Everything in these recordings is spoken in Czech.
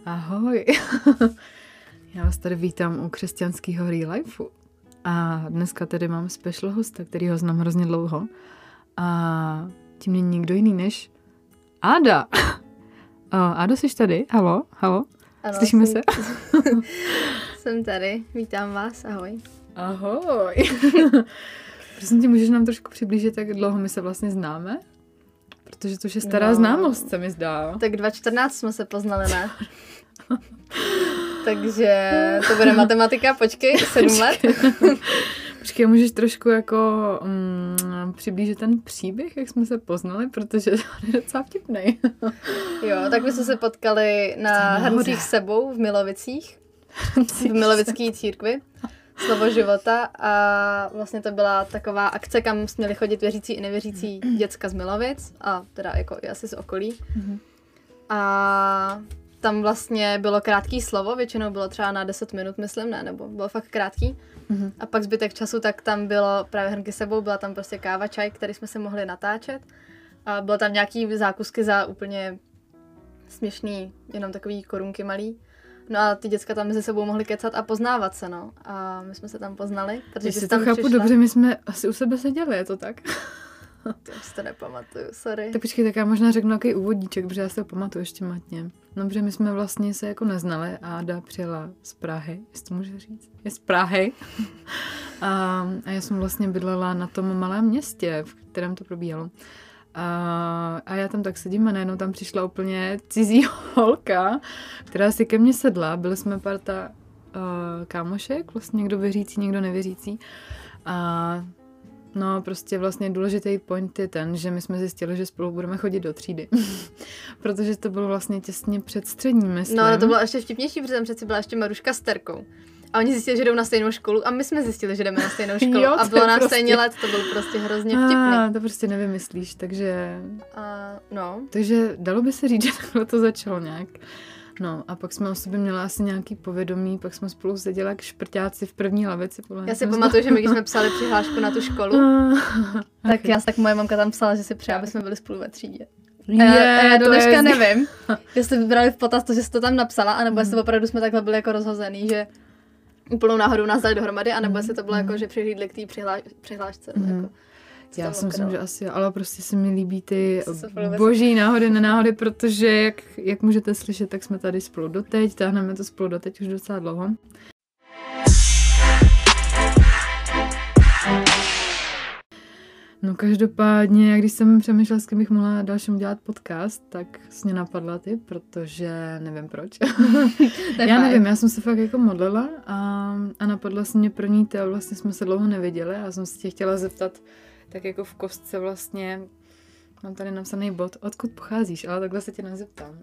Ahoj. Já vás tady vítám u křesťanského Real Lifeu. A dneska tady mám special hosta, který ho znám hrozně dlouho. A tím není nikdo jiný než Áda. Ádo, jsi tady? Halo? Ano, Slyšíme se? Jsem tady, vítám vás, ahoj. Ahoj. Prosím tě, můžeš nám trošku přiblížit, jak dlouho my se vlastně známe? Protože to už je stará známost, se mi zdá. Tak 2014 jsme se poznali, ne? Takže to bude matematika, počkej, 7 let. Počkej, můžeš trošku jako přiblížit ten příběh, jak jsme se poznali, protože to je docela vtipnej. Jo, tak my jsme se potkali na Hrncích sebou v Milovicích, v Milovické církvi, Slovo života, a vlastně to byla taková akce, kam směli chodit věřící i nevěřící děcka z Milovic a teda jako i asi z okolí. Mm-hmm. A tam vlastně bylo krátký slovo, většinou bylo třeba na 10 minut, myslím, ne, nebo bylo fakt krátký. Mm-hmm. A pak zbytek času, tak tam bylo právě Hrnky sebou, byla tam prostě káva, čaj, který jsme si mohli natáčet. A bylo tam nějaký zákusky za úplně směšný, jenom takový korunky malý. No a ty děcka tam mezi sebou mohly kecat a poznávat se, no. A my jsme se tam poznali, protože si tam chápu přišla. Dobře, my jsme asi u sebe seděli, je to tak? To si to nepamatuju, sorry. Tak počkej, tak já možná řeknu nějaký úvodíček, protože já si to pamatuju ještě matně. No, protože my jsme vlastně se jako neznali a Áda přijela z Prahy, jestli to můžu říct? Je z Prahy. A já jsem vlastně bydlela na tom malém městě, v kterém to probíhalo. A já tam tak sedím a najednou tam přišla úplně cizí holka, která si ke mně sedla. Byli jsme parta kámošek, vlastně někdo věřící, někdo nevěřící. A no prostě vlastně důležitý point je ten, že my jsme zjistili, že spolu budeme chodit do třídy. Protože to bylo vlastně těsně před středním, myslím. No, to bylo ještě vtipnější, protože tam přeci byla ještě Maruška s Terkou. A oni zjistili, že jdou na stejnou školu a my jsme zjistili, že jdeme na stejnou školu. Jo, a bylo nám prostě stejně let, to bylo prostě hrozně vtipný. To prostě nevymyslíš, takže... No. Takže dalo by se říct, že takhle to začalo nějak. No a pak jsme o sobě měli asi nějaký povědomí, pak jsme spolu seděli jak šprťáci v první lavici. Já si pamatuju, že my když jsme psali přihlášku na tu školu, tak moje mamka tam psala, že si přeje, aby jsme byli spolu ve třídě. Já do dneška nevím, jestli brali v potaz to, že jsi to tam napsala, anebo jestli opravdu jsme takhle byli jako rozhozený, že úplnou náhodou nás dali dohromady, anebo jestli to bylo jako, že přihlídli k té přihlášce. Jako, já si myslím, že asi, ale prostě se mi líbí ty boží náhody, nenáhody, protože jak můžete slyšet, tak jsme tady spolu doteď, táhneme to spolu doteď už docela dlouho. No každopádně, když jsem přemýšlela, s kým bych mohla dalšímu dělat podcast, tak mě napadla ty, protože nevím proč. Já nevím, já jsem se fakt jako modlila a napadla se mě první a vlastně jsme se dlouho neviděli a jsem se tě chtěla zeptat, tak jako v kostce vlastně, mám tady napsaný bod, odkud pocházíš, ale takhle se tě nezeptám.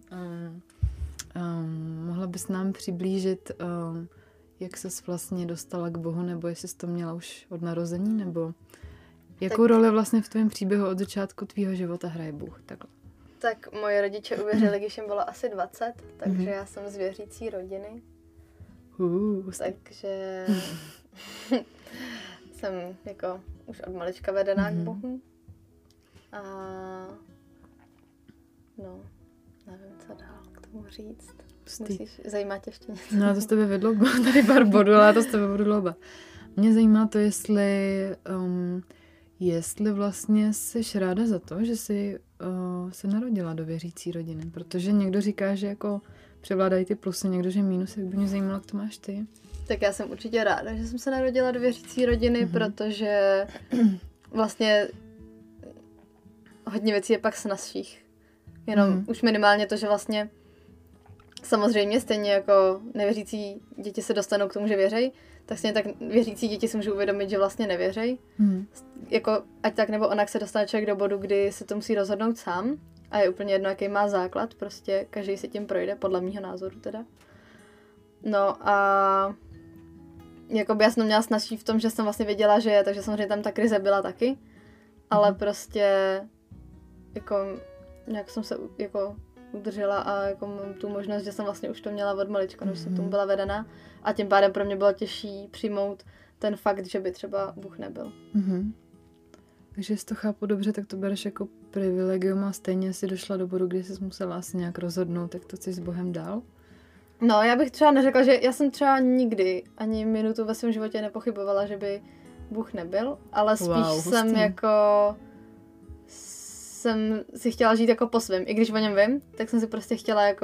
Mohla bys nám přiblížit, jak ses vlastně dostala k Bohu, nebo jestli jsi to měla už od narození, nebo jakou roli vlastně v tvém příběhu od začátku tvýho života hraje Bůh? Takhle. Tak moje rodiče uvěřili, když jim bylo asi 20, takže já jsem z věřící rodiny. Takže jsem jako už od malička vedená k Bohu. A no, nevím, co dál k tomu říct. Zajímá tě ještě něco? No, to z tebe vedlo tady pár bodů, ale to z tebe budu dlouba. Mě zajímá to, jestli vlastně jsi ráda za to, že jsi se narodila do věřící rodiny, protože někdo říká, že jako převládají ty plusy, někdo, že mínus, jak by mě zajímalo, jak to máš ty. Tak já jsem určitě ráda, že jsem se narodila do věřící rodiny, protože vlastně hodně věcí je pak snazších. Jenom už minimálně to, že vlastně samozřejmě stejně jako nevěřící děti se dostanou k tomu, že věřej, tak stejně tak věřící děti si můžou uvědomit, že vlastně nevěřej. Jako ať tak nebo onak se dostane člověk do bodu, kdy se to musí rozhodnout sám a je úplně jedno, jaký má základ, prostě každý si tím projde, podle mýho názoru teda. No a jakoby já jsem měla snazší v tom, že jsem vlastně věděla, že je, takže samozřejmě tam ta krize byla taky, ale prostě jako nějak jsem se jako udržela a jako mám tu možnost, že jsem vlastně už to měla od malička, než jsem tomu byla vedena a tím pádem pro mě bylo těžší přijmout ten fakt, že by třeba Bůh nebyl. Takže jestli to chápu dobře, tak to bereš jako privilegium a stejně si došla do bodu, kdy jsi musela asi nějak rozhodnout, tak to jsi s Bohem dál? No, já bych třeba neřekla, že já jsem třeba nikdy ani minutu ve svém životě nepochybovala, že by Bůh nebyl, ale spíš jsem si chtěla žít jako po svém. I když o něm vím, tak jsem si prostě chtěla jako...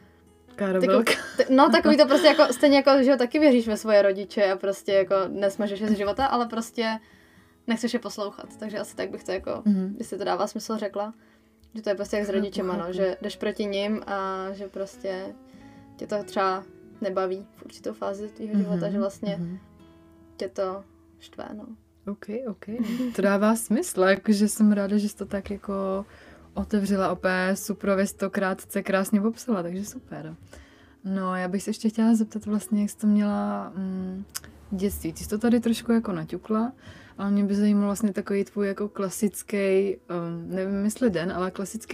Takový to prostě jako, stejně jako, že taky věříš ve svoje rodiče a prostě jako nesmažeš je z života, ale prostě nechceš je poslouchat. Takže asi tak bych to jako, jestli to dává smysl, řekla. Že to je prostě jak s rodičema, no, že jdeš proti nim a že prostě tě to třeba nebaví v určitou fázi tvýho života, že vlastně tě to štve, no. OK. To dává smysl, jakože jsem ráda, že jsi to tak jako otevřela opět suprově 100krát krásně popsala, takže super. No, já bych se ještě chtěla zeptat vlastně, jak jsi to měla dětství. Ty jsi to tady trošku jako naťukla, ale mě by zajímal vlastně takový tvůj jako klasický, nevím jestli den, ale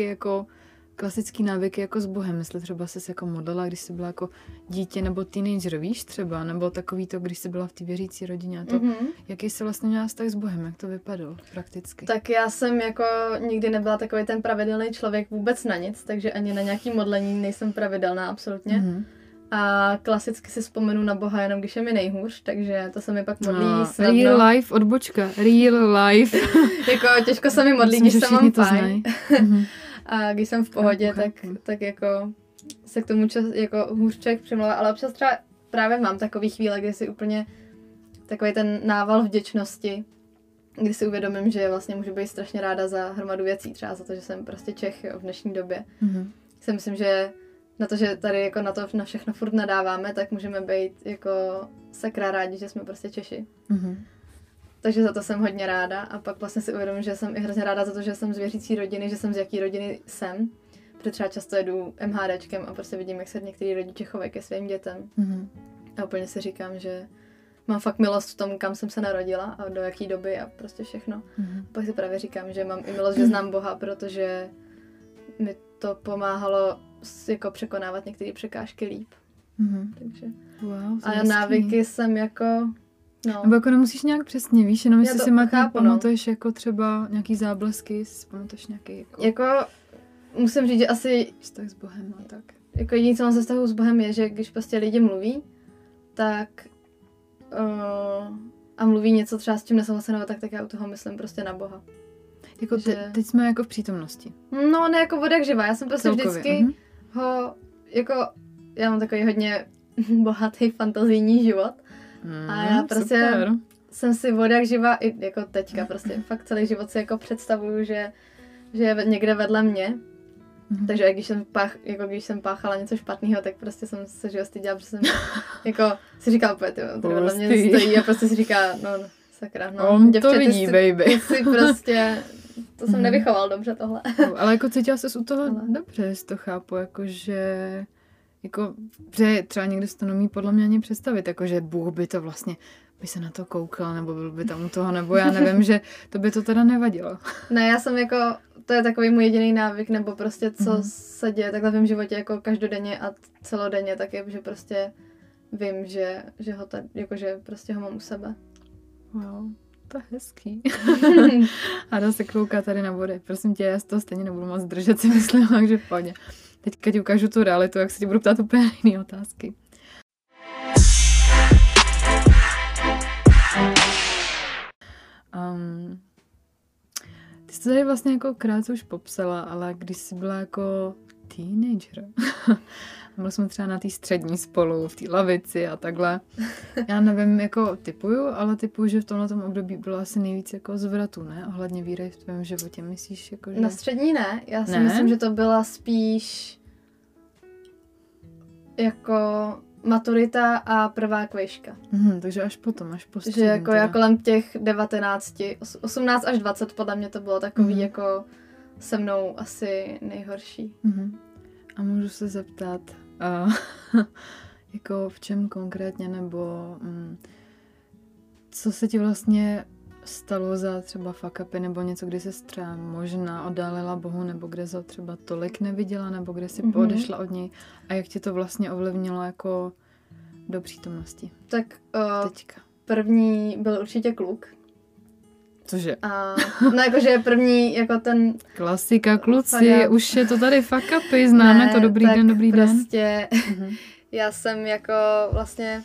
klasický návyky jako s Bohem. Jestli třeba ses jako modlila, když jsi byla jako dítě nebo teenager, víš třeba, nebo takový to, když jsi byla v té věřící rodině a to. Jaký jsi vlastně měla vztah s Bohem, jak to vypadalo prakticky? Tak já jsem jako nikdy nebyla takový ten pravidelný člověk vůbec na nic, takže ani na nějaký modlení nejsem pravidelná absolutně. A klasicky si vzpomenu na Boha jenom když je mi nejhůř, takže to se mi pak modlí snadno. Real life odbočka, real life. Jako těžko se mi modlí, když se mám fajn. A když jsem v pohodě, tak jako se k tomu jako hůř člověk přimlouvá, ale občas třeba právě mám takový chvíle, kdy si úplně takový ten nával vděčnosti, kdy si uvědomím, že vlastně můžu být strašně ráda za hromadu věcí, třeba za to, že jsem prostě Čech v dnešní době. Si myslím, že na to, že tady jako na všechno furt nadáváme, tak můžeme být jako sakra rádi, že jsme prostě Češi. Takže za to jsem hodně ráda a pak vlastně si uvědomím, že jsem i hrozně ráda za to, že jsem z věřící rodiny, že jsem z jaký rodiny jsem. Protože třeba často jedu MHDčkem a prostě vidím, jak se některý rodiče chovají ke svým dětem. A úplně si říkám, že mám fakt milost v tom, kam jsem se narodila a do jaký doby a prostě všechno. Pak si právě říkám, že mám i milost, že znám Boha, protože mi to pomáhalo jako překonávat některé překážky líp. Takže. Wow, a návyky jsem jako... No. Nebo jako nemusíš nějak přesně, víš, jenom jestli si pamatuješ no. jako třeba nějaký záblesky, si pamatuješ nějaký jako musím říct, že asi vztah s Bohem a tak. Jako jediné, co mám ze vztahu s Bohem je, že když prostě lidi mluví, tak a mluví něco třeba s tím nesouhlasím, tak já u toho myslím prostě na Boha. Jako teď jsme jako v přítomnosti. No, ne jako voda jak živá, já jsem prostě vždycky ho, jako, já mám takový hodně bohatý fantazijní život. A já prostě jsem si voda jak živá, i jako teďka prostě fakt celý život si jako představuju, že je někde vedle mě. Takže když jsem páchala něco špatného, tak prostě jsem se styděla, protože jsem jako si říkala úplně, tady vedle mě stojí a prostě si říká, no sakra, no děvče, to vidí, baby. Ty si prostě, to jsem nevychoval dobře tohle. Ale jako cítila ses u toho dobře, jestli to chápu, jakože jako, že třeba někdo si to nemí podle mě ani představit, jakože Bůh by to vlastně, by se na to koukal, nebo byl by tam u toho, nebo já nevím, že to by to teda nevadilo. Ne, já jsem jako, to je takový můj jediný návyk, nebo prostě co se děje takhle v mém životě jako každodenně a celodenně, tak je, že prostě vím, že ho tady, jakože prostě ho mám u sebe. Wow, to je hezký. Hada se kouká tady na vody. Prosím tě, já z toho stejně nebudu moc držet, si myslím, takže v pohodě. Teďka ti ukážu tu realitu, jak se ti budu ptát úplně jiné otázky. Ty jsi to tady vlastně jako krátce už popsala, ale když jsi byla jako teenager, byli jsme třeba na té střední spolu, v té lavici a takhle. Já nevím, jako typuju, že v tomhletom období bylo asi nejvíc jako zvratů, ne? Ohledně víry v tvém životě, myslíš? Jako, že... Na střední ne, já si myslím, že to byla spíš jako maturita a prvá kvejška. Takže až potom, až po střední. Že jako já kolem těch 19, 18 až 20 podle mě to bylo takový jako se mnou asi nejhorší. A můžu se zeptat, jako v čem konkrétně, nebo co se ti vlastně stalo za třeba fuck upy, nebo něco, kdy se třeba možná oddálila Bohu, nebo kde jsi ho třeba tolik neviděla, nebo kde jsi odešla od něj a jak tě to vlastně ovlivnilo jako do přítomnosti? Tak teďka. První byl určitě kluk. Cože? No jakože první, jako ten... Klasika, kluci, už je to tady fuck upy, známe to, dobrý den. Prostě já jsem jako vlastně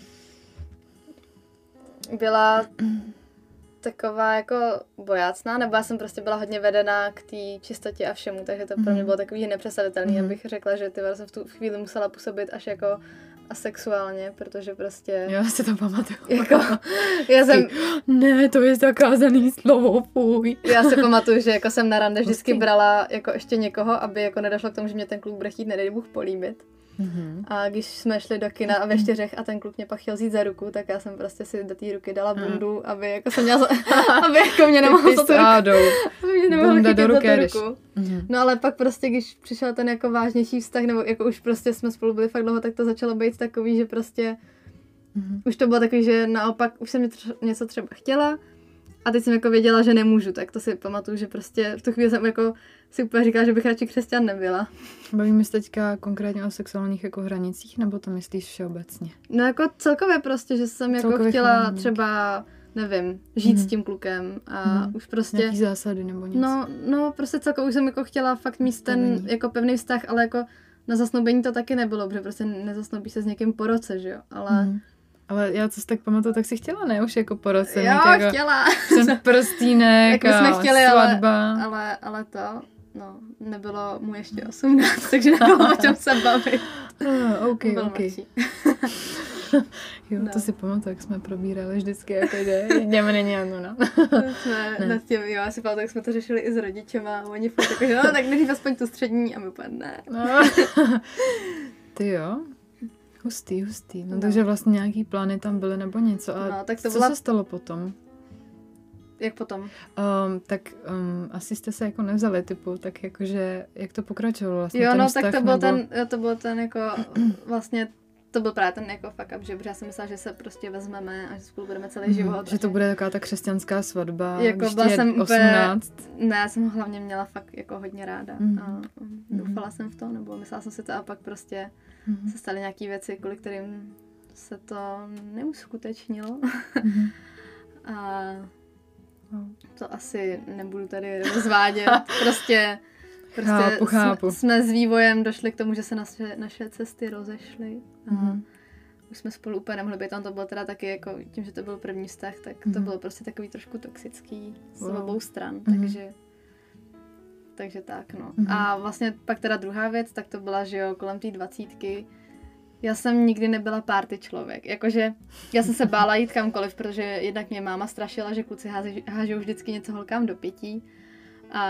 byla taková jako bojácná, nebo já jsem prostě byla hodně vedená k té čistotě a všemu, takže to pro mě bylo takový nepředstavitelný, abych řekla, že ty jsem v tu chvíli musela působit až jako asexuálně, protože prostě... Já si to pamatuju. Jako, já jsem... Ne, to je zakázaný slovo, fuj. Já si pamatuju, že jako jsem na rande vždycky brala jako ještě někoho, aby jako nedošlo k tomu, že mě ten kluk bude chtít, nedej Bůh, políbit. A když jsme šli do kina a ve 4 a ten kluk mě pak chtěl vzít za ruku, tak já jsem prostě si do té ruky dala bundu, aby jako jsem měla, aby jako mě nemohlo za tu ruku, mě nemohlo chytit za tu ruku. No ale pak prostě, když přišel ten jako vážnější vztah, nebo jako už prostě jsme spolu byli fakt dlouho, tak to začalo být takový, že prostě už to bylo takový, že naopak už jsem něco třeba chtěla a teď jsem jako věděla, že nemůžu, tak to si pamatuju, že prostě v tu chvíli jsem jako si úplně říkala, že bych radši křesťan nebyla. Bavíme se teďka konkrétně o sexuálních jako hranicích, nebo to myslíš všeobecně? No jako celkově prostě, že jsem jako chtěla třeba, nevím, žít s tím klukem a už prostě... Nějaký zásady nebo něco? No prostě celkově už jsem jako chtěla fakt mít ten jako pevný vztah, ale jako na zasnoubení to taky nebylo, protože prostě nezasnoubíš se s někým po roce, že jo, ale... Ale já co si tak pamatuju, tak si chtěla, ne? Už jako po roce. Jo, jako chtěla. Ten prstínek a jsme chtěli, svatba. Ale to, no, nebylo mu ještě 18, takže nebylo o čem se bavit. OK. Jo, to si pamatuju, jak jsme probírali vždycky, jako že jdeme není no. Nad tím, jo, já si pamatuju, jak jsme to řešili i s rodičema a oni fakt jako, že no, tak nejdřív aspoň tu střední a my úplně ne. Ty jo? Hustý. No takže vlastně nějaký plány tam byly nebo něco. A tak to co se stalo potom? Jak potom? Asi jste se jako nevzali typu, tak jakože, jak to pokračovalo vlastně? Jo, no vztah, tak to byl ten jako vlastně, to byl právě ten jako fuck up, že já jsem myslela, že se prostě vezmeme a že spolu budeme celý život. Že to bude taková ta křesťanská svatba, jako když je 18. Ne, já jsem ho hlavně měla fakt jako hodně ráda a doufala jsem v to, nebo myslela jsem si to a pak prostě se staly nějaký věci, kvůli kterým se to neuskutečnilo. A to asi nebudu tady rozvádět. Prostě chápu. Jsme s vývojem došli k tomu, že se naše cesty rozešly. Už jsme spolu úplně nemohli být. Tam to bylo teda taky jako tím, že to byl první vztah, tak to bylo prostě takový trošku toxický z obou stran. Takže tak, no. A vlastně pak teda druhá věc, tak to byla, že jo, kolem té 20. Já jsem nikdy nebyla party člověk. Jakože já jsem se bála jít kamkoliv, protože jednak mě máma strašila, že kluci hážou vždycky něco holkám do pití. A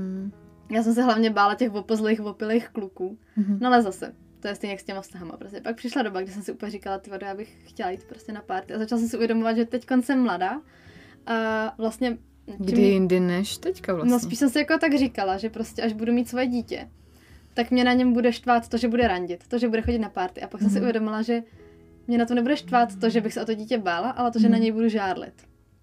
já jsem se hlavně bála těch opozlých, opilých kluků. No ale zase, to je stejně jak s těma vztahama. Prostě. Pak přišla doba, kdy jsem si úplně říkala, tyvado, já bych chtěla jít prostě na party. A začala jsem si uvědomovat, že teď jsem mladá. A vlastně... Kdy jindy než teďka vlastně? No spíš jsem si jako tak říkala, že prostě až budu mít svoje dítě, tak mě na něm bude štvát to, že bude randit, to, že bude chodit na party. A pak jsem si uvědomila, že mě na to nebude štvát to, že bych se o to dítě bála, ale to, že na něj budu žárlit.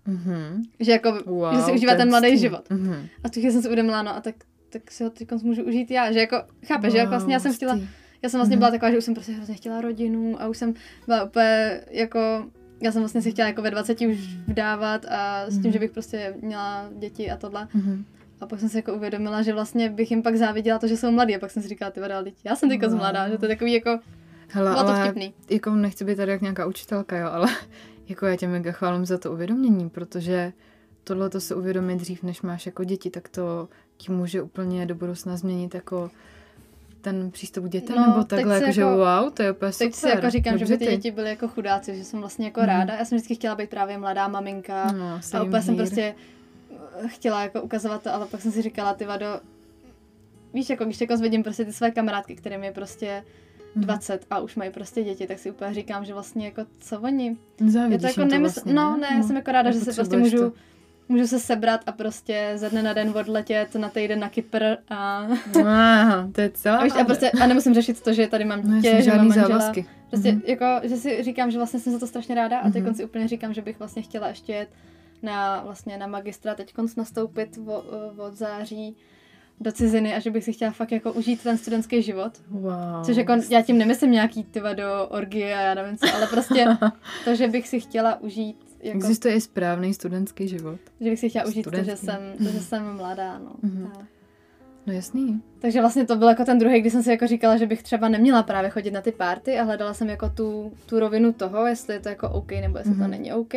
Že jako, že si užívá ten mladý život. A tu jsem si uvědomila, no a tak si ho teď můžu užít já, že jako, chápeš, že jako vlastně já jsem vlastně byla taková, že už jsem prostě hrozně chtěla rodinu a už jsem byla úplně jako, já jsem vlastně si chtěla jako ve 20 už vdávat a s tím, že bych prostě měla děti a tohle. A pak jsem si jako uvědomila, že vlastně bych jim pak záviděla to, že jsou mladí. A pak jsem si říkala, ty vada, já jsem teďka mladá, že to je takový jako, bylo to vtipný. Jako nechci být tady jak nějaká učitelka, jo, ale jako já tě mega chválím za to uvědomění, protože tohle to se uvědomí dřív, než máš jako děti, tak to ti může úplně do budoucna změnit jako ten přístup k dětem, nebo takhle, jakože jako, wow, to je úplně super. Teď si jako říkám, že by ty děti byly jako chudáci, že jsem vlastně jako ráda. Já jsem vždycky chtěla být právě mladá maminka a úplně jsem prostě chtěla jako ukazovat to, ale pak jsem si říkala, ty vado, víš, jako když jako zvedím prostě ty své kamarádky, kterým je prostě 20 a už mají prostě děti, tak si úplně říkám, že vlastně jako co oni. Závidíš je to jako vlastně, já jsem jako ráda, že se prostě můžu se sebrat a prostě ze dne na den odletět na týden na Kypr a... to je celá a nemusím řešit to, že tady mám dítě, že mám manžela. Závazky. Prostě jako, že si říkám, že vlastně jsem za to strašně ráda a teď si úplně říkám, že bych vlastně chtěla ještě jet na magistra teďkonc nastoupit od září do ciziny a že bych si chtěla fakt jako užít ten studentský život. Wow. Což jako, já tím nemyslím nějaký do orgie a já nevím co, ale prostě to, že bych si chtěla užít jako, existuje i správný studentský život. Že bych si chtěla užít to, že jsem mladá, no. No jasný. Takže vlastně to byl jako ten druhý, kdy jsem si jako říkala, že bych třeba neměla právě chodit na ty party a hledala jsem jako tu rovinu toho, jestli je to jako OK nebo jestli to není OK.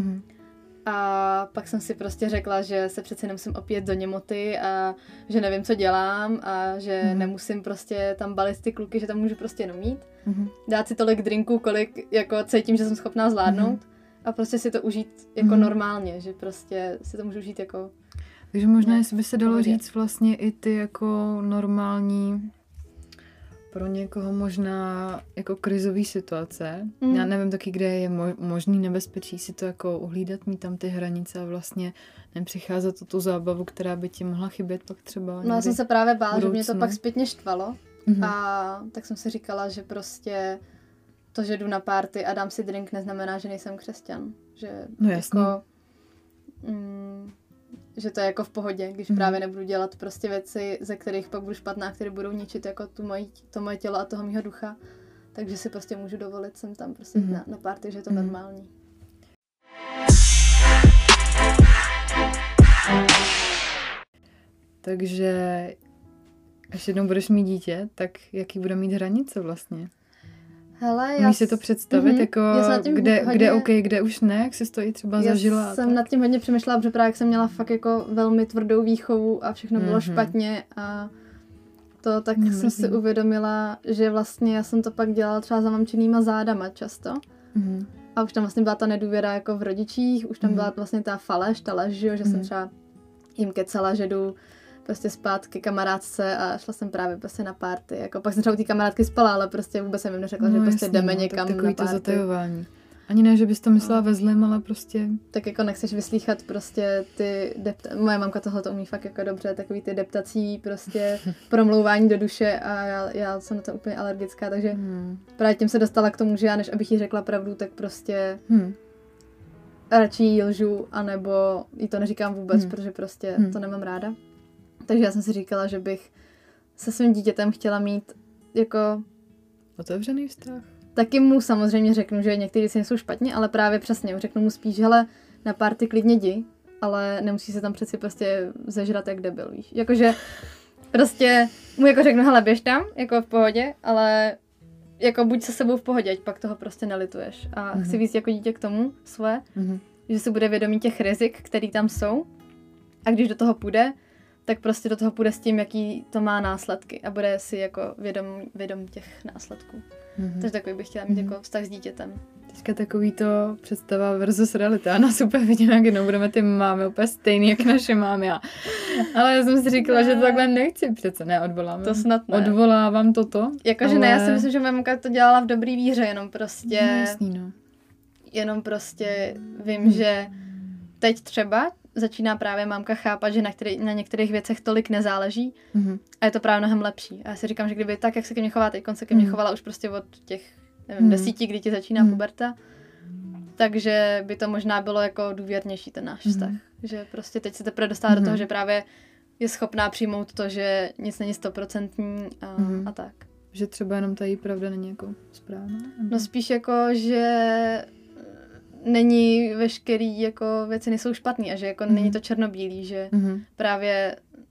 A pak jsem si prostě řekla, že se přece nemusím opít do němoty a že nevím, co dělám a že nemusím prostě tam balit ty kluky, že tam můžu prostě jenom mít. Dát si tolik drinků, kolik jako cítím, že jsem schopná zvládnout a prostě si to užít jako normálně, že prostě si to můžu užít jako... Takže možná, jestli by se dalo říct vlastně i ty jako normální, pro někoho možná jako krizový situace. Já nevím taky, kde je možný nebezpečí si to jako uhlídat, mít tam ty hranice a vlastně nepřicházet o tu zábavu, která by ti mohla chybět pak třeba. No já jsem se právě bála, že mě to pak zpětně štvalo a tak jsem si říkala, že prostě to, že jdu na party a dám si drink, neznamená, že nejsem křesťan. Že no jasně. Jako, že to je jako v pohodě, když právě nebudu dělat prostě věci, ze kterých pak budu špatná, které budou ničit jako to moje tělo a toho mýho ducha. Takže si prostě můžu dovolit sem tam prostě na party, že je to normální. Takže až jednou budeš mít dítě, tak jaký bude mít hranice vlastně? Hele, Umíš si to představit, jako kde OK, kde už ne, jak jsi to i třeba zažila? Já jsem nad tím hodně přemýšlela, protože právě jsem měla fakt jako velmi tvrdou výchovu a všechno bylo špatně a to tak jsem si uvědomila, že vlastně já jsem to pak dělala třeba za mamčinýma zádama často. A už tam vlastně byla ta nedůvěra jako v rodičích, už tam byla vlastně ta faleš, ta lež, že jsem třeba jim kecala, že jdu prostě spát ke kamarádce a šla jsem právě prostě na party. Jako pak jsem třeba u té kamarádky spala, ale prostě vůbec jsem jim neřekla, že prostě jdeme někam takový na party. To zatajování. Ani ne, že bys to myslela ve zlém, ale prostě... Tak jako nechceš vyslýchat prostě ty moje mamka tohle to umí fakt jako dobře, takový ty deptací prostě promlouvání do duše a já jsem na to úplně alergická, takže právě tím se dostala k tomu, že já než abych jí řekla pravdu, tak prostě radši jí lžu, anebo jí to neříkám vůbec, protože prostě to nemám ráda. Takže já jsem si říkala, že bych se svým dítětem chtěla mít jako... Otevřený vztah. Taky mu samozřejmě řeknu, že některé věci nejsou špatně, ale právě přesně řeknu mu spíš, hele, na party klidně jdi, ale nemusí se tam přeci prostě zežrat jak debil, víš. Jakože prostě mu jako řeknu, hele, běž tam, jako v pohodě, ale jako buď se sebou v pohodě, ať pak toho prostě nelituješ. A chci víc jako dítě k tomu svoje, že si bude vědomí těch rizik, které tam jsou a když do toho půjde, tak prostě do toho půjde s tím, jaký to má následky a bude si jako vědom těch následků. Takže takový bych chtěla mít jako vztah s dítětem. Teďka takový to představa versus realita. Já nás úplně vidím, jak jednou budeme ty mámy úplně stejný, jak naše mámy. Ale já jsem si říkala, že to takhle nechci přece. Ne, odvolám. To snad ne. Odvolávám toto. Jakože ale... ne, já si myslím, že moje mamka to dělala v dobrý víře, jenom prostě... No, jasný, no. Jenom prostě vím, že teď třeba začíná právě mámka chápat, že na některých věcech tolik nezáleží a je to právě mnohem lepší. A já si říkám, že kdyby tak, jak se ke mně chová teď, se ke mně chovala už prostě od těch, nevím, 10, kdy ti začíná puberta, takže by to možná bylo jako důvěrnější ten náš vztah. Že prostě teď se teprve dostává do toho, že právě je schopná přijmout to, že nic není 100% a tak. Že třeba jenom ta její pravda není jako správná? No spíš jako, že není veškerý jako věci nejsou špatný a že jako není to černobílý, že právě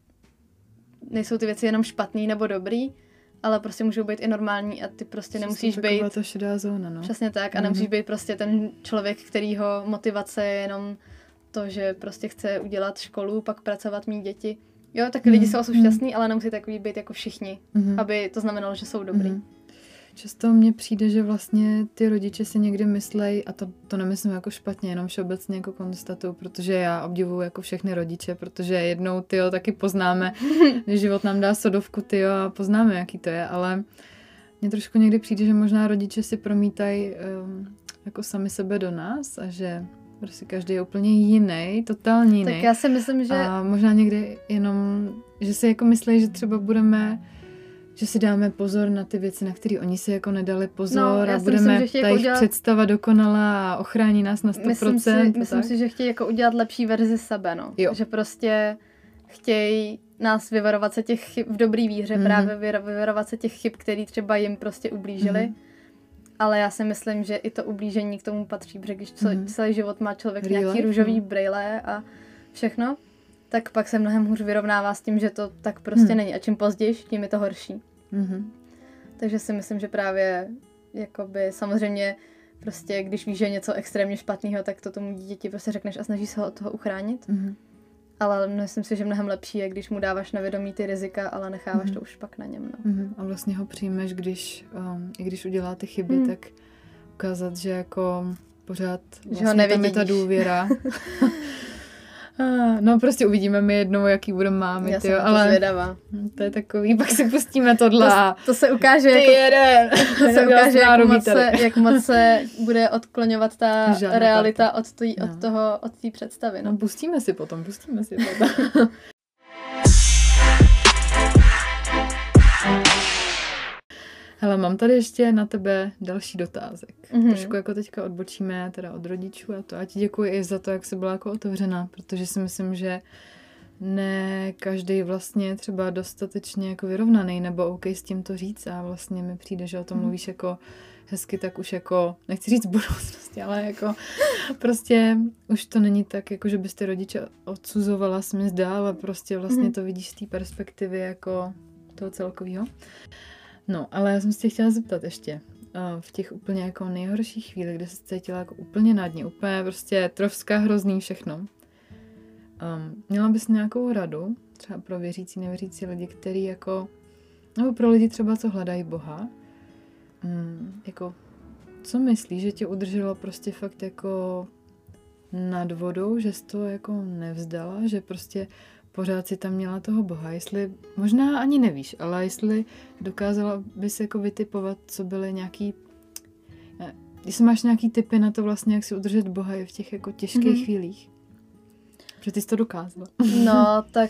nejsou ty věci jenom špatný nebo dobrý, ale prostě můžou být i normální a ty prostě nemusíš být... To šedá zóna, no. Přesně tak a nemusíš být prostě ten člověk, kterýho motivace je jenom to, že prostě chce udělat školu, pak pracovat, mít děti. Jo, tak lidi jsou šťastní, ale nemusí takový být jako všichni, aby to znamenalo, že jsou dobrý. Často mně přijde, že vlastně ty rodiče si někdy myslejí, a to nemyslím jako špatně, jenom všeobecně jako konstatuju, protože já obdivuju jako všechny rodiče, protože jednou tyjo taky poznáme, že život nám dá sodovku tyjo a poznáme, jaký to je, ale mně trošku někdy přijde, že možná rodiče si promítají jako sami sebe do nás a že prostě každý je úplně jiný, totálně jiný. Tak já si myslím, že... A možná někdy jenom, že si jako myslí, že třeba že si dáme pozor na ty věci, na které oni si jako nedali pozor a budeme ta jejich udělat... představa dokonalá a ochrání nás na 100%. Myslím si, že chtějí jako udělat lepší verzi sebe, no. Jo. Že prostě chtějí nás vyvarovat se těch chyb v dobrý víře, právě vyvarovat se těch chyb, které třeba jim prostě ublížily. Ale já si myslím, že i to ublížení k tomu patří, protože když celý život má člověk nějaký růžový brýle a všechno, tak pak se mnohem hůř vyrovnává s tím, že to tak prostě není. A čím později, tím je to horší. Takže si myslím, že právě jakoby samozřejmě prostě, když víš, že je něco extrémně špatného, tak to tomu dítěti prostě řekneš a snažíš se ho od toho uchránit. Ale myslím si, že mnohem lepší je, když mu dáváš na vědomí ty rizika, ale necháváš to už pak na něm. No. A vlastně ho přijmeš, i když udělá ty chyby, tak ukázat, že jako pořád vlastně tam je ta důvěra. No prostě uvidíme my jednou, jaký budeme mámy, já jsem ale zvědavá. To je takový, pak si pustíme tohle. To se ukáže, to se ukáže jak moc se bude odkloňovat ta žádná realita od té představy. No pustíme si potom. Hele, mám tady ještě na tebe další dotázek. Trošku jako teďka odbočíme teda od rodičů a to. A ti děkuji i za to, jak jsi byla jako otevřená, protože si myslím, že ne každý vlastně třeba dostatečně jako vyrovnaný nebo OK s tím to říct a vlastně mi přijde, že o tom mluvíš jako hezky, tak už jako, nechci říct budoucnosti, ale jako prostě už to není tak, jako že bys ty rodiče odsuzovala, se mi zdá, ale prostě vlastně to vidíš z té perspektivy jako toho celkového. No, ale já jsem se tě chtěla zeptat ještě, v těch úplně jako nejhorších chvílích, kde jsi cítila jako úplně na dně, úplně prostě trovská, hrozný všechno. Měla bys nějakou radu, třeba pro věřící, nevěřící lidi, který jako, nebo pro lidi třeba, co hledají Boha, jako, co myslíš, že tě udrželo prostě fakt jako nad vodou, že jsi to jako nevzdala, že prostě pořád si tam měla toho Boha, jestli, možná ani nevíš, ale jestli dokázala bys jako vytipovat, co byly nějaký, jestli máš nějaký tipy na to vlastně, jak si udržet Boha i v těch jako těžkých chvílích. Protože ty jsi to dokázala. No, tak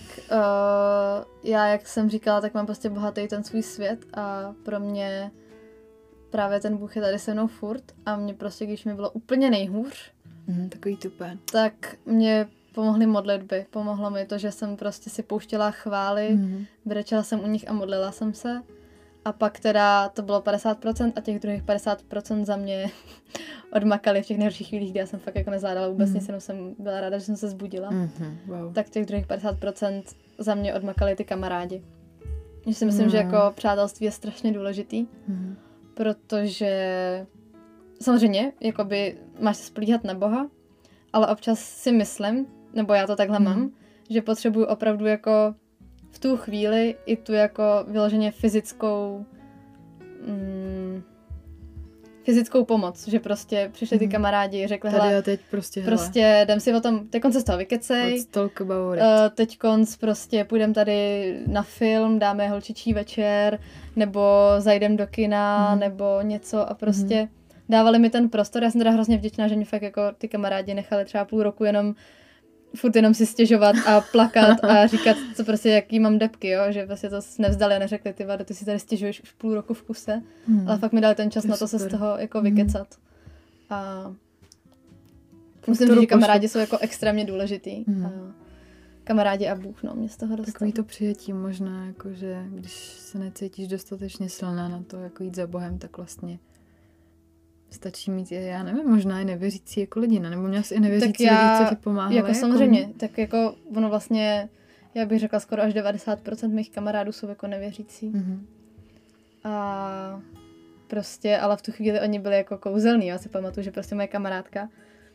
já, jak jsem říkala, tak mám prostě bohatý ten svůj svět a pro mě právě ten Bůh je tady se mnou furt a mě prostě, když mi bylo úplně nejhůř, takový tupé, tak mě pomohly modlitby. Pomohlo mi to, že jsem prostě si pouštěla chvály, brečela jsem u nich a modlila jsem se. A pak teda to bylo 50% a těch druhých 50% za mě odmakali v těch nejhorších chvílích, kdy já jsem fakt jako nezvládala vůbec nic, jenom jsem byla ráda, že jsem se zbudila. Wow. Tak těch druhých 50% za mě odmakali ty kamarádi. Já si myslím, že jako přátelství je strašně důležitý, protože samozřejmě jakoby máš se spolíhat na Boha, ale občas si myslím, nebo já to takhle mám, že potřebuju opravdu jako v tu chvíli i tu jako vyloženě fyzickou pomoc, že prostě přišli ty kamarádi, řekli, hele, teď prostě jdem si o tom, teďkonc se z toho vykecej, teďkonc prostě půjdem tady na film, dáme holčičí večer, nebo zajdem do kina, nebo něco a prostě dávali mi ten prostor. Já jsem teda hrozně vděčná, že mi fakt jako ty kamarádi nechali třeba půl roku furt jenom si stěžovat a plakat a říkat, co prostě, jaký mám depky, jo? Že vlastně to nevzdali a neřekli, ty vado, ty si tady stěžuješ už půl roku v kuse, ale fakt mi dali ten čas na to se z toho jako vykecat. A musím říct, že kamarádi jsou jako extrémně důležitý. A kamarádi a Bůh, no, mě z toho dostali. Takový to přijetí možná, jako že když se necítíš dostatečně silná na to, jako jít za Bohem, tak vlastně stačí mít, já nevím, možná i nevěřící jako lidi, nebo měl jsi i nevěřící lidi, co ti pomáhali. Jako samozřejmě, tak jako ono vlastně, já bych řekla skoro až 90% mých kamarádů jsou jako nevěřící. A prostě, ale v tu chvíli oni byli jako kouzelní, já si pamatuju, že prostě moje kamarádka,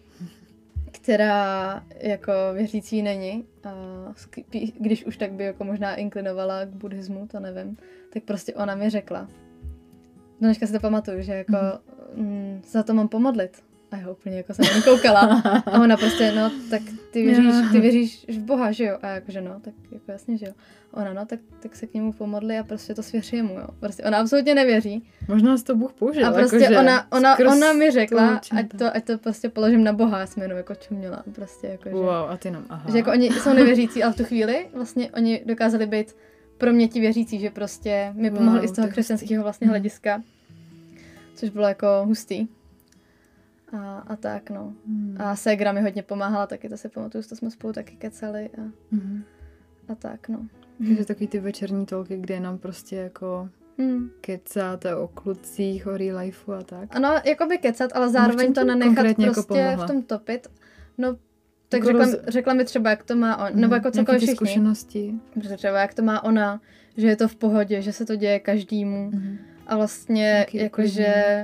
která jako věřící není, a když už tak by jako možná inklinovala k buddhismu, to nevím, tak prostě ona mi řekla, no dneška si to pamatuju, že jako za to mám pomodlit. A já úplně jako jsem na koukala. A ona prostě, no, tak ty věříš v Boha, že jo? A jakože no, tak jako jasně, že jo. A ona, no, tak se k němu pomodli a prostě to svěř jemu, jo. Prostě ona absolutně nevěří. Možná si to Bůh použil. A prostě jako ona mi řekla, ať to prostě položím na Boha. Já jsem jenom jako čuměla. Prostě jako, že, wow, a ty jenom, aha. Že jako oni jsou nevěřící, ale v tu chvíli vlastně oni dokázali být pro mě ti věřící, že prostě mi pomohli i z toho křesťanského vlastně hlediska. Což bylo jako hustý. A tak, no. A ségra mi hodně pomáhala taky, to si pamatuju, to jsme spolu taky kecali a tak, no. Takže takový ty večerní tolky, kde nám prostě jako kecáte o klucích, o real lifeu a tak. Ano, jakoby kecat, ale zároveň to nenechat prostě jako v tom topit. No, Tak jako řekla mi třeba, jak to má on, nebo jako cokoliv všichni. Zkušenosti. Třeba jak to má ona, že je to v pohodě, že se to děje každému. A vlastně jakože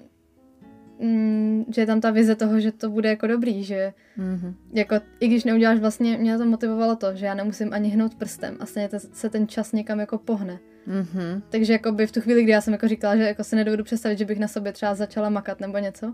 že je tam ta vize toho, že to bude jako dobrý, že jako i když neuděláš vlastně, mě to motivovalo to, že já nemusím ani hnout prstem a stejně se ten čas někam jako pohne. Takže jako by v tu chvíli, kdy já jsem jako říkala, že jako si nedovedu představit, že bych na sobě třeba začala makat nebo něco,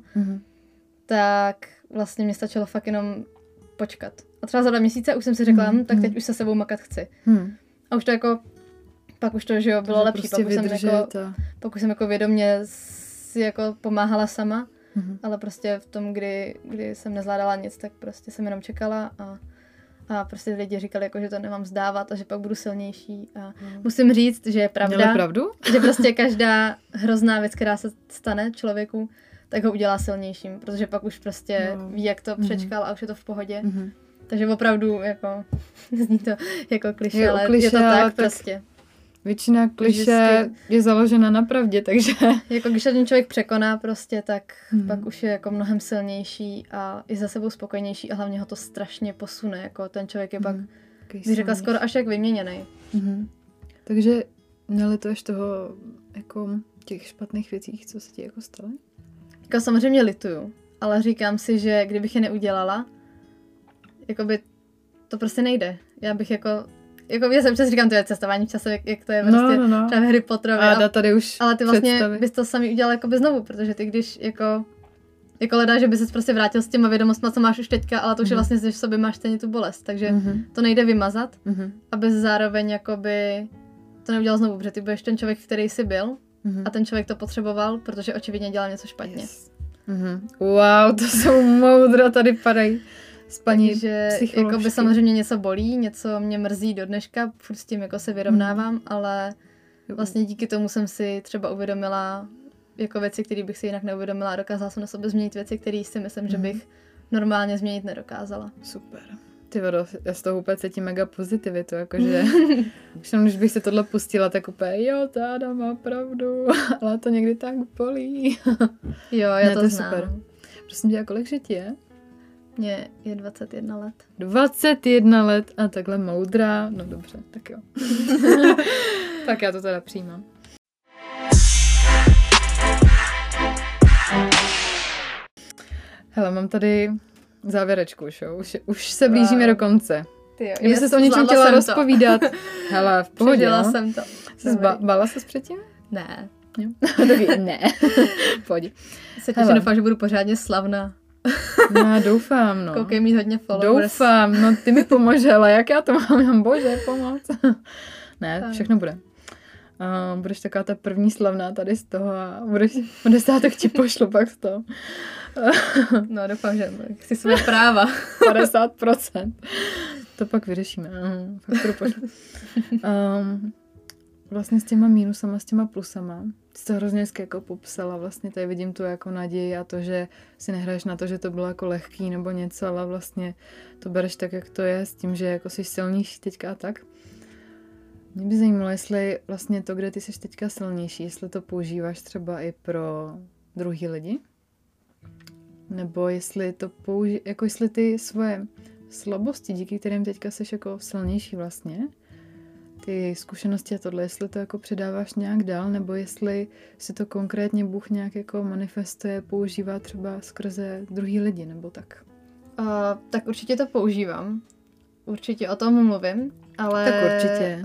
tak vlastně mě stačilo fakt jenom počkat. A třeba za 2 měsíce už jsem si řekla, tak teď už se sebou makat chci. A už to jako, pak už to, že jo, bylo lepší, prostě pak už jsem jako vědomě si jako pomáhala sama, ale prostě v tom, kdy jsem nezvládala nic, tak prostě jsem jenom čekala a prostě lidi říkali, jako, že to nemám vzdávat a že pak budu silnější a musím říct, že je pravda, že prostě každá hrozná věc, která se stane člověku, tak ho udělá silnějším, protože pak už prostě ví, jak to přečkal a už je to v pohodě. Takže opravdu, jako, zní to jako klišé, ale je to tak prostě. Většina klišé je založena na pravdě, takže... Jako když ten člověk překoná prostě, tak pak už je jako mnohem silnější a i za sebou spokojenější a hlavně ho to strašně posune, jako ten člověk je pak, bych řekla, skoro až jak vyměněnej. Takže nelituješ toho, jako těch špatných věcí, co se ti jako staly? Jako samozřejmě lituju, ale říkám si, že kdybych je neudělala, jakoby to prostě nejde. Já bych jako já se občas říkám, to je cestování v čase, jak to je prostě třeba v Harry Potterovi. Ale ty vlastně bys to sami udělal jakoby znovu, protože ty když jako ledá, že bys se prostě vrátil s těma vědomostma, co máš už teďka, ale to už je vlastně, že v sobě máš stejně tu bolest, takže to nejde vymazat, aby zároveň jakoby to neudělal znovu, protože ty budeš ten člověk, který jsi byl a ten člověk to potřeboval, protože očividně dělal něco špatně. Wow, to jsou moudra, tady padají. Takže jako by samozřejmě něco bolí, něco mě mrzí do dneška, furt s tím jako se vyrovnávám, ale vlastně díky tomu jsem si třeba uvědomila jako věci, které bych si jinak neuvědomila a dokázala jsem na sobě změnit věci, které si myslím, že bych normálně změnit nedokázala. Super. Ty vodo, já z toho úplně cítím mega pozitivitu, jakože když bych se tohle pustila, tak úplně jo, táda má pravdu, ale to někdy tak bolí. Jo, já to znám. Super. Prosím tě, a kolik že ti je? Mně je 21 let. 21 let a takhle moudrá. No dobře, tak jo. Tak já to teda přijímám. Hele, mám tady závěrečku, už se blížíme do konce. Kdyby se o něčem chtěla rozpovídat. Hele, v pohodě. Přežila jsem to. Bála ses předtím? Ne. Jo? Taky ne. Pohodě. Se těším, doufám, že budu pořádně slavná. No, doufám, no. Koukej mít hodně followers. Doufám, no ty mi pomož, ale jak já to mám, bože, pomoc. Ne, všechno bude. Budeš taková ta první slavná tady z toho a budeš, o 10. ti pošlu pak z toho. No, doufám, že chci své práva. 50%. To pak vyřešíme. Fakt to pošlu. Vlastně s těma mínusama, s těma plusama. Jsi to hrozně hezky jako popsala. Vlastně tady vidím tu jako naději a to, že si nehraješ na to, že to bylo jako lehký nebo něco, ale vlastně to bereš tak, jak to je, s tím, že jako jsi silnější teďka a tak. Mě by zajímalo, jestli vlastně to, kde ty jsi teďka silnější, jestli to používáš třeba i pro druhý lidi, nebo jestli to jako jestli ty svoje slabosti, díky kterým teďka jsi jako silnější vlastně, ty zkušenosti a tohle, jestli to jako předáváš nějak dál, nebo jestli si to konkrétně Bůh nějak jako manifestuje, používá třeba skrze druhý lidi, nebo tak? Tak určitě to používám. Určitě o tom mluvím, ale tak určitě.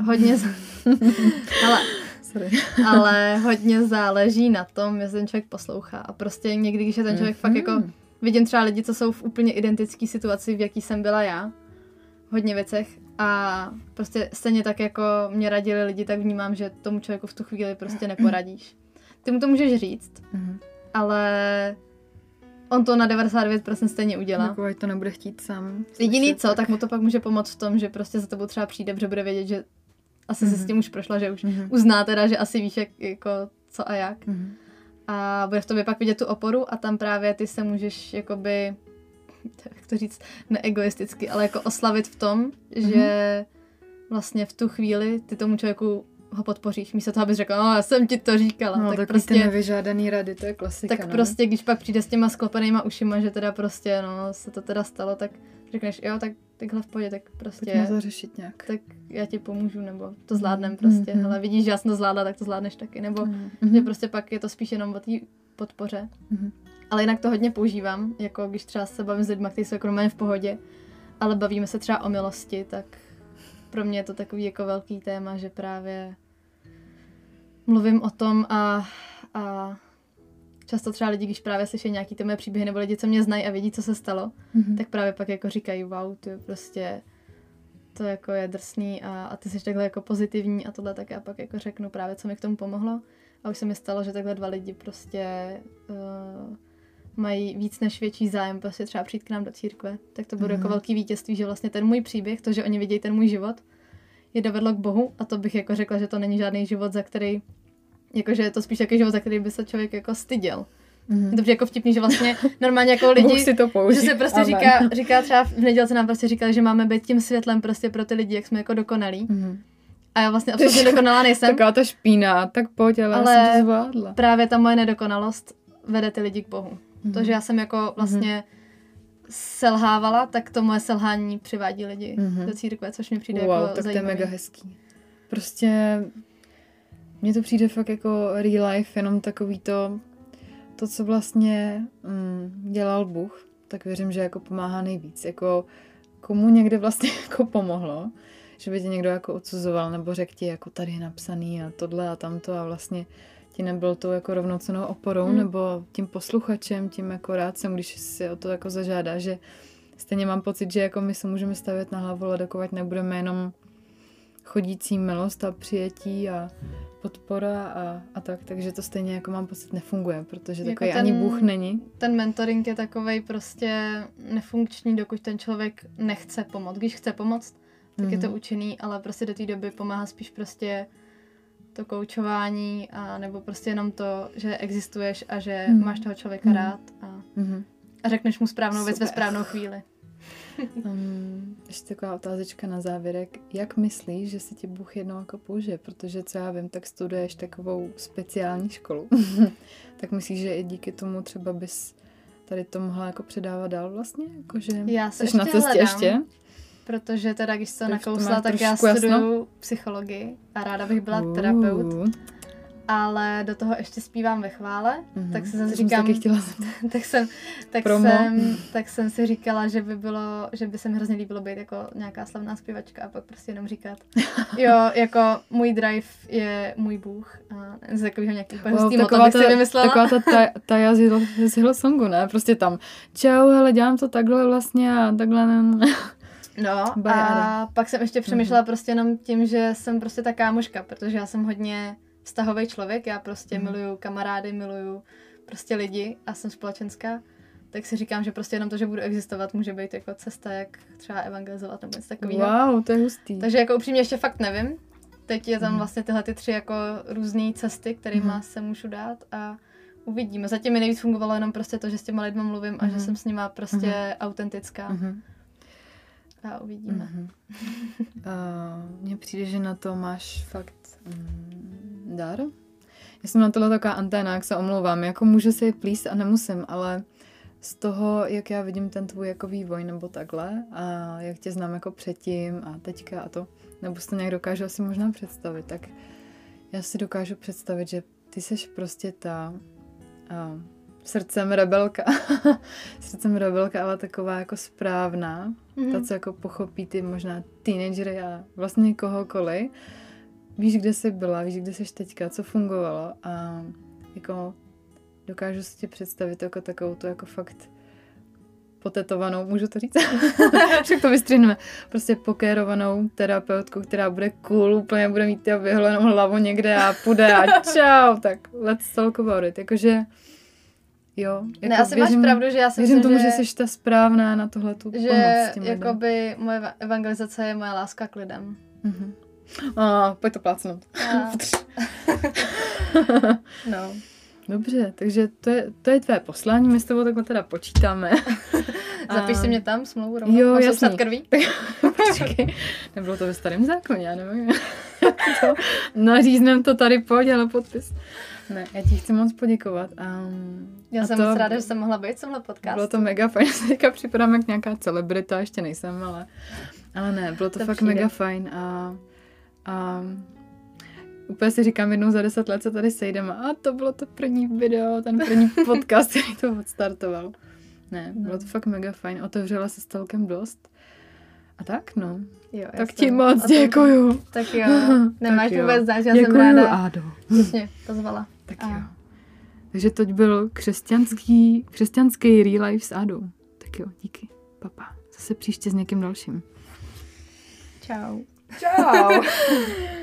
ale hodně záleží na tom, jestli ten člověk poslouchá. A prostě někdy, když je ten člověk fakt jako, vidím třeba lidi, co jsou v úplně identické situaci, v jaký jsem byla já, v hodně věcech, a prostě stejně tak, jako mě radili lidi, tak vnímám, že tomu člověku v tu chvíli prostě neporadíš. Ty mu to můžeš říct, ale on to na 99% stejně udělá. Jako to nebude chtít sám. Jediný co, tak mu to pak může pomoct v tom, že prostě za tebou třeba přijde, protože bude vědět, že asi se s tím už prošla, že už uzná teda, že asi víš, jak, jako co a jak. A bude v tobě pak vidět tu oporu a tam právě ty se můžeš jakoby, jak to říct, neegoisticky, ale jako oslavit v tom, že vlastně v tu chvíli ty tomu člověku ho podpoříš, místo toho, abys řekla, já jsem ti to říkala. No, tak prostě ty nevyžádaný rady, to je klasika. Tak prostě, když pak přijde s těma sklopenýma ušima, že teda prostě, se to teda stalo, tak řekneš, jo, tak takhle v pohodě, tak prostě... Pojďme to řešit nějak. Tak já ti pomůžu, nebo to zvládnem prostě. Hele, vidíš, že já jsem to zvládla, tak to zvládneš taky. Nebo že prostě pak je to spíš jenom o té podpoře. Ale jinak to hodně používám, jako když třeba se bavím s lidmi, kteří jsou jako normálně v pohodě, ale bavíme se třeba o milosti, tak pro mě je to takový jako velký téma, že právě mluvím o tom a často třeba lidi, když právě slyší nějaký ty mé příběhy, nebo lidi, co mě znají a vědí, co se stalo, tak právě pak jako říkají, wow, ty prostě to jako je drsný a ty jsi takhle jako pozitivní a tohle, tak já pak jako řeknu právě, co mi k tomu pomohlo. A už se mi stalo, že takhle 2 lidi prostě mají víc než větší zájem prostě třeba přijít k nám do církve. Tak to bude jako velký vítězství, že vlastně ten můj příběh, to, že oni vidějí ten můj život, je dovedlo k Bohu a to bych jako řekla, že to není žádný život, za který, jakože je to spíš takový život, za který by se člověk jako styděl. Je to jako vtipný, že vlastně normálně jako lidi, si to použít. že se prostě říká třeba v nedělce nám prostě říkali, že máme být tím světlem prostě pro ty lidi, jak jsme jako dokonalí. A já vlastně absolutně dokonalá nejsem. Taková ta špína, tak pojď, ale já jsem to zvládla. Právě ta moje nedokonalost vede ty lidi k Bohu. To, že já jsem jako vlastně selhávala, tak to moje selhání přivádí lidi do církve, což mi přijde jako tak zajímavý. to je mega hezký. Prostě mně to přijde fakt jako real life, jenom takový to, co vlastně dělal Bůh, tak věřím, že jako pomáhá nejvíc. Jako komu někde vlastně jako pomohlo, že by tě někdo jako odsuzoval nebo řekl ti, jako tady je napsaný a tohle a tamto a vlastně ti nebyl tou jako rovnocennou oporou nebo tím posluchačem, tím jako rádcem, když si o to jako zažádá, že stejně mám pocit, že jako my se můžeme stavět na hlavu, ale dokud nebudeme jenom chodící milost a přijetí a podpora a tak, takže to stejně jako mám pocit nefunguje, protože jako takový ani Bůh není. Ten mentoring je takovej prostě nefunkční, dokud ten člověk nechce pomoct. Když chce pomoct, tak je to účinný, ale prostě do té doby pomáhá spíš prostě to koučování a nebo prostě jenom to, že existuješ a že máš toho člověka rád a řekneš mu správnou věc ve správnou chvíli. Ještě taková otázečka na závěrek. Jak myslíš, že si ti Bůh jednou jako použije? Protože co já vím, tak studuješ takovou speciální školu. Tak myslíš, že i díky tomu třeba bys tady to mohla jako předávat dál vlastně? Jako, že já se jsi na cestě ještě? Protože teda, když jsem nakousla, tak já studuju psychologii a ráda bych byla terapeut. Ale do toho ještě zpívám ve chvále, tak se zase říkám, tak jsem si říkala, že by se mi hrozně líbilo být jako nějaká slavná zpěvačka a pak prostě jenom říkat, jo, jako můj drive je můj Bůh a z takového nějakého hustý moto bych si vymyslela. Taková ta jazz z Hillsongu, ne? Prostě tam, čau, hele, dělám to takhle vlastně a takhle ne. No a pak jsem ještě přemýšlela prostě jenom tím, že jsem prostě ta kámoška, protože já jsem hodně vztahový člověk, já prostě miluju kamarády, miluju prostě lidi a jsem společenská, tak si říkám, že prostě jenom to, že budu existovat, může být jako cesta, jak třeba evangelizovat nebo něco takového. Wow, to je hustý. Takže jako upřímně ještě fakt nevím. Teď je tam vlastně tyhle ty 3 jako různé cesty, kterými se můžu dát a uvidíme. Zatím mi nejvíc fungovalo jenom prostě to, že s těma lidma mluvím a že jsem s nima prostě autentická. A uvidíme. Mně přijde, že na to máš fakt dar. Já jsem na tohle taková anténa, jak se omlouvám. Jako můžu si je plíst a nemusím, ale z toho, jak já vidím ten tvůj jako vývoj nebo takhle a jak tě znám jako předtím a teďka a to, nebo si to nějak dokážu asi možná představit, tak já si dokážu představit, že ty seš prostě ta srdcem rebelka. Srdcem rebelka, ale taková jako správná. Ta, co jako pochopí ty možná teenagery a vlastně kohokoliv. Víš, kde jsi byla, víš, kde jsi teďka, co fungovalo a jako dokážu si tě představit jako takovou tu jako fakt potetovanou, můžu to říct? Však to vystřihneme. Prostě pokérovanou terapeutku, která bude cool, úplně bude mít vyholenou hlavu někde a půjde a čau, tak let's talk about it. Jakože jo. Jako ne, asi máš pravdu, že já si myslím, tomu, že jsi ta správná na tohletu pomoc s tím lidem. Jakoby moje evangelizace je moje láska k lidem. Pojď to plácnout. No. Dobře, takže to je tvé poslání, my s tebou takhle teda počítáme. Zapiš si mě tam smlouvu rovnou, jo, máš psát krví? Počkej, nebylo to ve starém zákoně, já nevím. to naříznem to tady, pojď, ale podpis. Ne, já ti chci moc poděkovat. Já jsem moc ráda, že jsem mohla být v tomhle podcastu. Bylo to mega fajn, se teďka připadám jak nějaká celebrita, ještě nejsem, ale ne, bylo to fakt přijde. Mega fajn a úplně si říkám, jednou za 10 let se tady sejdeme a to bylo to první video, ten první podcast, který to odstartoval. Ne, bylo to fakt mega fajn, otevřela se celkem dost. A tak no, jo, tak ti moc děkuju. Tak jo, nemáš tak vůbec zač, já jsem ráda, Ádo. že jsi mě pozvala. Tak jo. Takže to byl křesťanský real life s Ádou. Tak jo, díky, papa. Zase příště s někým dalším. Čau. Čau.